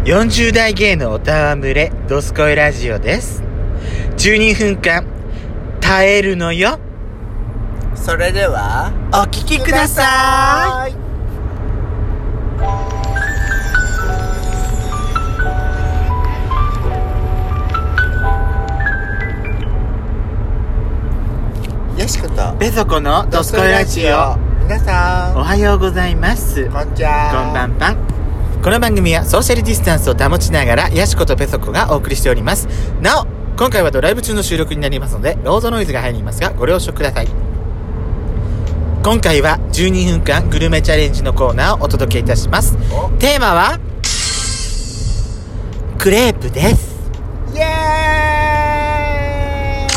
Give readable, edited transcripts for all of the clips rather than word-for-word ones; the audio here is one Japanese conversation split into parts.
40代芸のおたわむれドスコイラジオです。12分間耐えるのよ。 それではお聞きください。 よしことペソコのドスコイラジオ。 皆さんおはようございます。 こんにちは。 こんばんぱん。この番組はソーシャルディスタンスを保ちながらヤシコとペソコがお送りしております。なお今回はドライブ中の収録になりますのでロードノイズが入りますがご了承ください。今回は12分間グルメチャレンジのコーナーをお届けいたします。テーマはクレープです。 イエ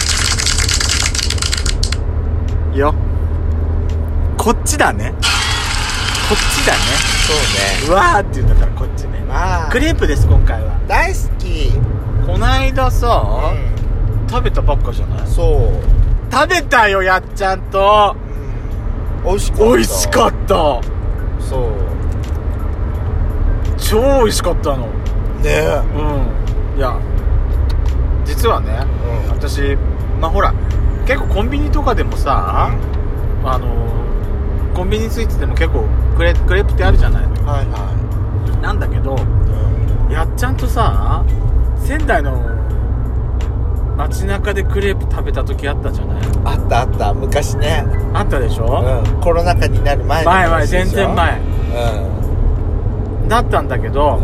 ーイよこっちだね、こっちだね。 そうね、 うわーって言うんだからこっちね。 まあクレープです今回は。 大好き。 こないださ、食べたばっかじゃない。 そう食べたよやっちゃんと、 美味しかった。 美味しかった。 そう超美味しかったのね。 いや実はね、私まあほら結構コンビニとかでもさ、コンビニスイーツでも結構クレープってあるじゃないの。 はいはなんだけど、 い、 やっちゃんとさ仙台の街中でクレープ食べた時あったじゃない。 あったあった、昔ね。 あったでしょ、 コロナ禍になる前の前全然前、だったんだけど、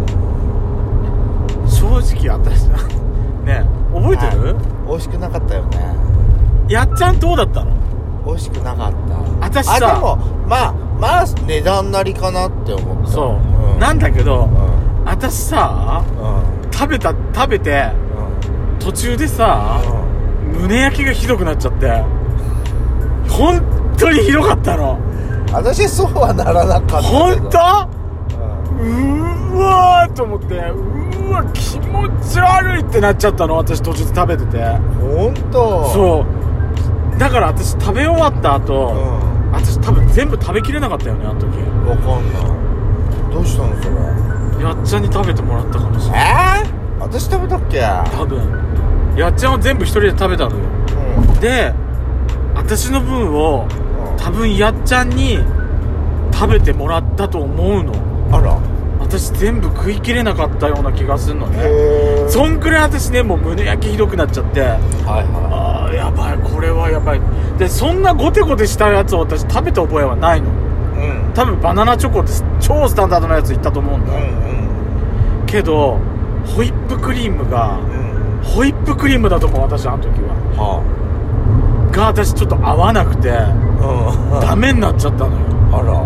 正直私ね覚えてる、 美味しくなかったよね。 やっちゃんどうだったの。 美味しくなかった。 私さでもまあ値段なりかなって思った。 そう、なんだけど、私さ、食べて、途中でさ、胸焼けがひどくなっちゃって、本当にひどかったの。 私そうはならなかったけど。 本当？うわーと思って、うわ気持ち悪いってなっちゃったの。私途中で食べてて。 本当？ そうだから私食べ終わった後、私多分全部食べきれなかったよねあの時。 わかんない。どうしたのそれ。 やっちゃんに食べてもらったかもしれない。 私食べたっけ。 多分やっちゃんは全部一人で食べたのよ、で私の分を、多分やっちゃんに食べてもらったと思うの。 あら、 私全部食い切れなかったような気がするのね。そんくらい私ねもう胸焼けひどくなっちゃって、あーやばいこれはやばい。でそんなゴテゴテしたやつを私食べた覚えはないの。多分バナナチョコって超スタンダードなやついったと思うんだ、けどホイップクリームが、ホイップクリームだと思う私あの時は、が私ちょっと合わなくて、ダメになっちゃったのよ。 あら。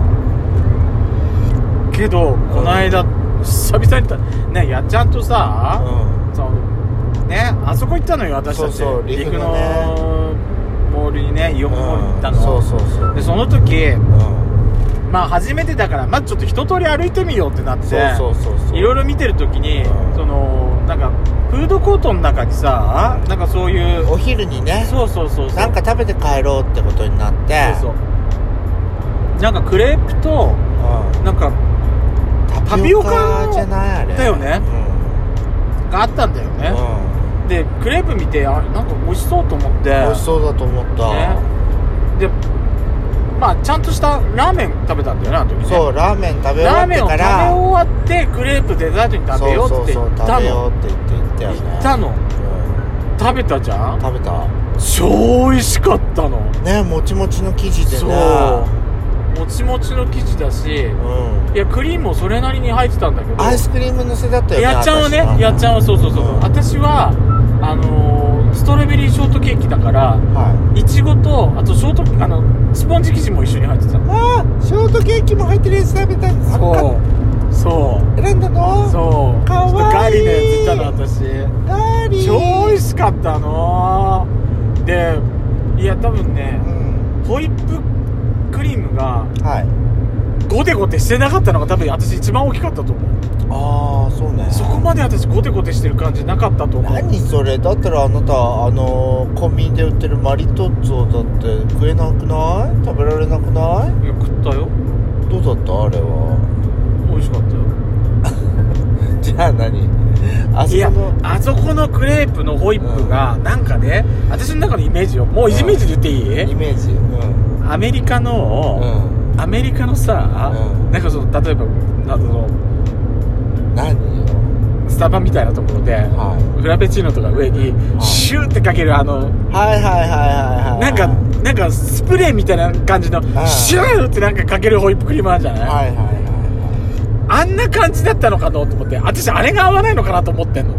けどこの間、久々にねやっちゃんとさ、そうねあそこ行ったのよ私たち。 そう陸のモールにねイオンモールに行ったの。 そうでその時、まあ初めてだからまずちょっと一通り歩いてみようってなって、いろいろ見てる時に、そのなんかフードコートの中にさ、なんかそういうお昼にね、 そうなんか食べて帰ろうってことになって、 なんかクレープと、なんかタピオカじゃないあれだよね、があったんだよね、でクレープ見てなんか美味しそうと思って。 美味しそうだと思った、 でまあちゃんとしたラーメン食べたんだよねあの時ね。 そうラーメン食べ終わってから、 ラーメンを食べ終わってクレープデザートに食べようって言ったの。 食べようって言ったよね。 言ったの、食べたじゃん。 食べた。 超美味しかったのね。もちもちの生地でね。 そうもちもちの生地だし、いやクリームもそれなりに入ってたんだけど、 アイスクリームのせだったよね。 やっちゃんはね、やっちゃんはそう、私はストロベリーショートケーキだから、いちごとあとスポンジ生地も一緒に入ってた。 ショートケーキも入ってるやつ食べたんです。 そう選んだの。 そうかわいい。 ガーリーのやついったの私。 ガーリー超美味しかったので、いや多分ね、ホイップクリームがゴテゴテしてなかったのが多分私一番大きかったと思う。 そうね。 そこまで私ゴテゴテしてる感じなかったと思う。 何それ。だったらあなたコンビニで売ってるマリトッツォだって食えなくない？食べられなくない？ いや食ったよ。 どうだったあれは。 美味しかったよ。 何いやあそこのクレープのホイップがなんかね、私の中のイメージよ、もうイメージで言っていい、 イメージ、 アメリカのさ、なんかその例えば何よスタバみたいなところで、フラペチーノとか上にシューってかけるなんかスプレーみたいな感じのシューってなんかかけるホイップクリームあるじゃない、あんな感じだったのかなと思って、私あれが合わないのかなと思ってんの。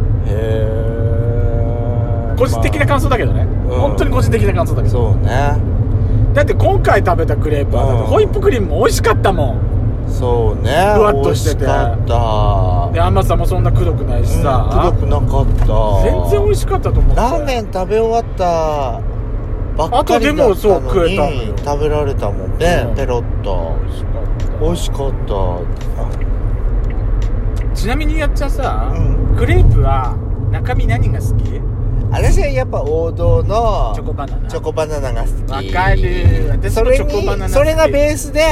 個人的な感想だけどね、本当に個人的な感想だけど。 そうね。 だって今回食べたクレープはホイップクリームも美味しかったもん。 そうね、 ふわっとしてて、で甘さもそんなくどくないしさ、 くどくなかった。 全然美味しかったと思って。 ラーメン食べ終わったばっかりだったのに、 あとでもそう食えたのよ、 食べられたもんね、ペロッと。美味しかった。 ちなみにやっちゃさ、クレープは中身何が好き？ 私はやっぱ王道のチョコバナナが好き。 わかる。私もチョコバナナ好き。 それがベースで、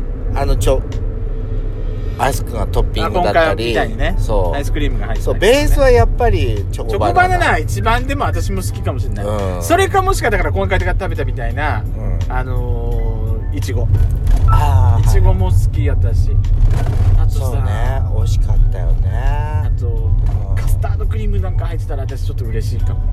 アイスクがトッピングだったり、 今回みたいにね、そうアイスクリームが入ってたり、 そうベースはやっぱりチョコバナナは一番でも私も好きかもしれない、それかもしかだから今回食べたみたいな、いちごも好きやったし、あとさ、 そうね、美味しかったよね。 あと、カスタードクリームなんか入ってたら私ちょっと嬉しいかも。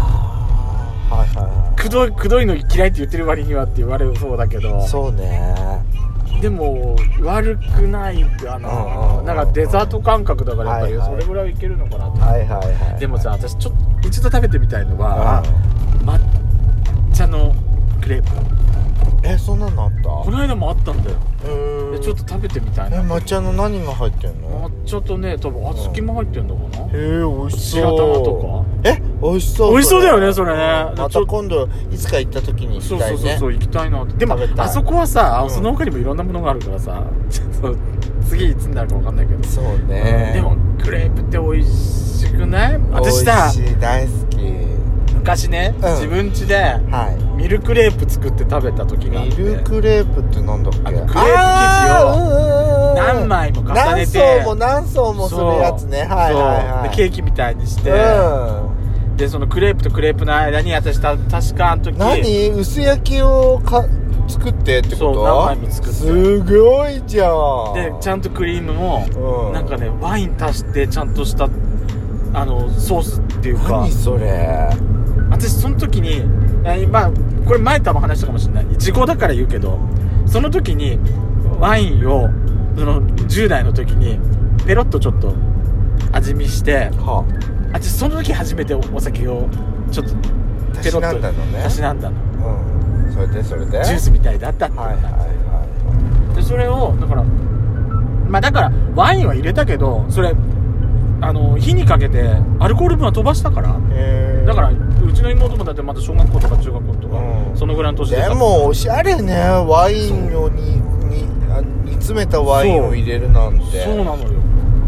くどいの嫌いって言ってる割にはって言われるそうだけど、 そうね、 でも悪くないなんかデザート感覚だからやっぱりそれぐらいいけるのかなと。でもさ、私ちょっと一度食べてみたいのは抹茶のクレープ。 そんなのあった？ この間もあったんだよ。ちょっと食べてみたいな。 抹茶の何が入ってんの？ 抹茶とね、多分小豆も入ってんのかな。 美味しそう。 白玉とか。 美味しそう。 美味しそうだよね、それね。 また今度いつか行った時に行きたいね。 そう行きたいなって。でもあそこはさ、その他にもいろんなものがあるからさ、次いつになるか分かんないけど。 そうね。 でもクレープって美味しくない？私さ、 美味しい、大好き。 昔ね、自分家でミルクレープ作って食べた時があって。 ミルクレープってなんだっけ？ クレープ生地を何枚も重ねて何層もするやつね。 でケーキみたいにして、でそのクレープとクレープの間に私確かあの時薄焼きを作ってってこと？ そう、何枚も作って。 すごいじゃん。 でちゃんとクリームもなんかね、ワイン足してちゃんとしたソースっていうか。 何それ？ 私その時にこれ前多分話したかもしれない、いちごだから言うけど、その時にワインをその10代の時にペロッとちょっと味見して、私その時初めてお酒をちょっとペロッとたしなんだの。 それでジュースみたいだったってで、それをだからだからワインは入れたけど、それ火にかけてアルコール分は飛ばしたから、だからうちの妹もだってまた小学校とか中学校とか、そのぐらいの年で。 でもおしゃれね、ワインを煮詰めたワインを入れるなんて。 そうなのよ。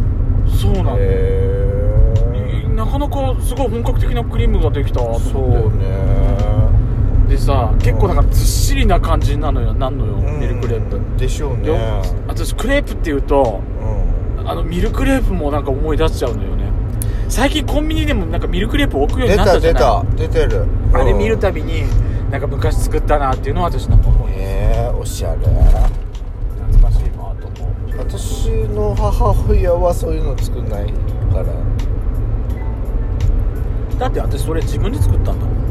なかなかすごい本格的なクリームができたと思って。 そうね。 でさ、結構なんかずっしりな感じなのよ、ミルクレープでしょうね。 私クレープっていうと、ミルクレープもなんか思い出しちゃうのよね。最近コンビニでもなんかミルクレープ置くようになったじゃない。 出てる。 あれ見るたびになんか昔作ったなっていうのは私なんか思う。 おしゃれ。 懐かしいなと思う。 私の母親はそういうの作んないから。 だって私それ自分で作ったんだもん。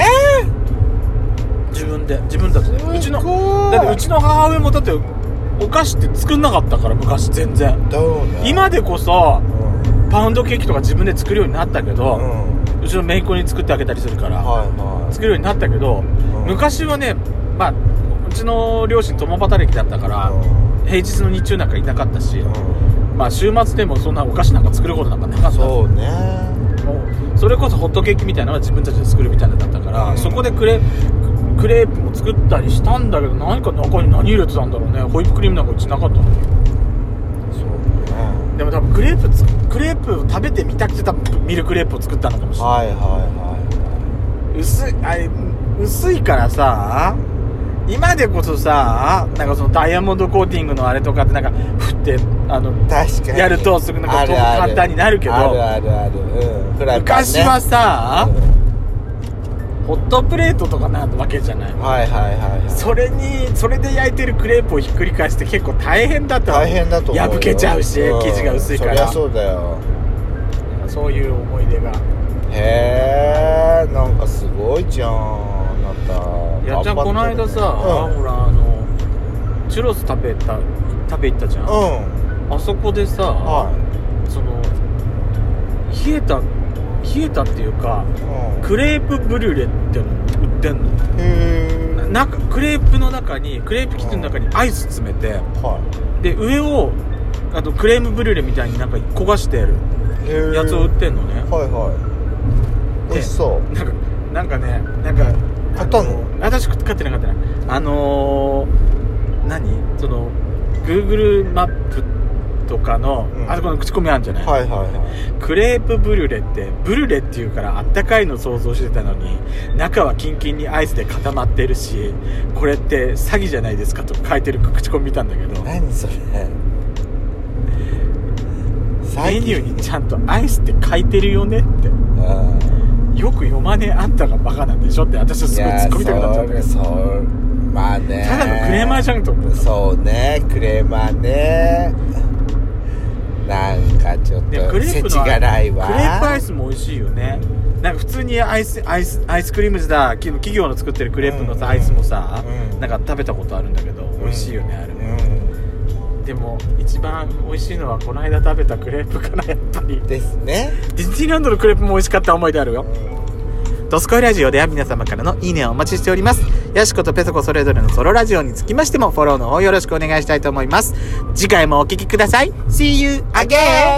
自分たちで。だってうちの母親もだってお菓子って作んなかったから、昔全然。今でこそ、パウンドケーキとか自分で作るようになったけど、うちの姪っ子に作ってあげたりするから、作るようになったけど、昔はね、うちの両親共働きだったから、平日の日中なんかいなかったし、週末でもそんなお菓子なんか作ることなんかなかった。 そうね。 もうそれこそホットケーキみたいなのは自分たちで作るみたいなのだったから、そこでクレープも作ったりしたんだけど、何か中に何入れてたんだろうね。ホイップクリームなんかうちなかったのに。 そうね。 でも多分クレープを食べてみたくて多分ミルクレープを作ったのかもしれない。薄いからさ、 今でこそさ、なんかそのダイヤモンドコーティングのあれとかってなんか振って確かにやるとすぐなんか簡単になるけど、 ある、うん、 昔はさ、ホットプレートとかなわけじゃない。 はいそれで焼いてるクレープをひっくり返して結構大変だった。 大変だと思うよ。 破けちゃうし、生地が薄いから。 そりゃそうだよ。 そういう思い出が。 へえ、なんかすごいじゃん。なんかやっちゃんこの間さ、ほらチュロス食べ行ったじゃん。あそこでさ、その冷えたっていうか、クレープブリュレっての売ってんの。なんかクレープ生地の中にアイス詰めて、で上をクレームブリュレみたいになんか焦がしてやるやつを売ってんのね。 美味しそう。 なんか買ったの？ 私買ってなかったね。その Google マップとかの、あそこの口コミあるんじゃない？クレープブリュレってブリュレっていうからあったかいの想像してたのに、中はキンキンにアイスで固まってるし、これって詐欺じゃないですかと書いてる口コミ見たんだけど、 何それ。 メニューにちゃんとアイスって書いてるよねって。よく読まねえあんたがバカなんでしょって私はすごい突っ込みたくなっちゃった。 まあね、 ただのクレーマーじゃんと思った。 そうね、クレーマーね。なんかちょっと世知辛いわ。 クレープアイスも美味しいよね。なんか普通にアイスクリームズだ企業の作ってるクレープのさ、アイスもさ、なんか食べたことあるんだけど、美味しいよねあれも。でも一番美味しいのはこの間食べたクレープかな、やっぱりですね。 ディズニーランドのクレープも美味しかった思い出あるよ。ドスコイラジオでは皆様からのいいねをお待ちしております。ヤシコとペソコそれぞれのソロラジオにつきましてもフォローの方よろしくお願いしたいと思います。次回もお聞きください。See you again!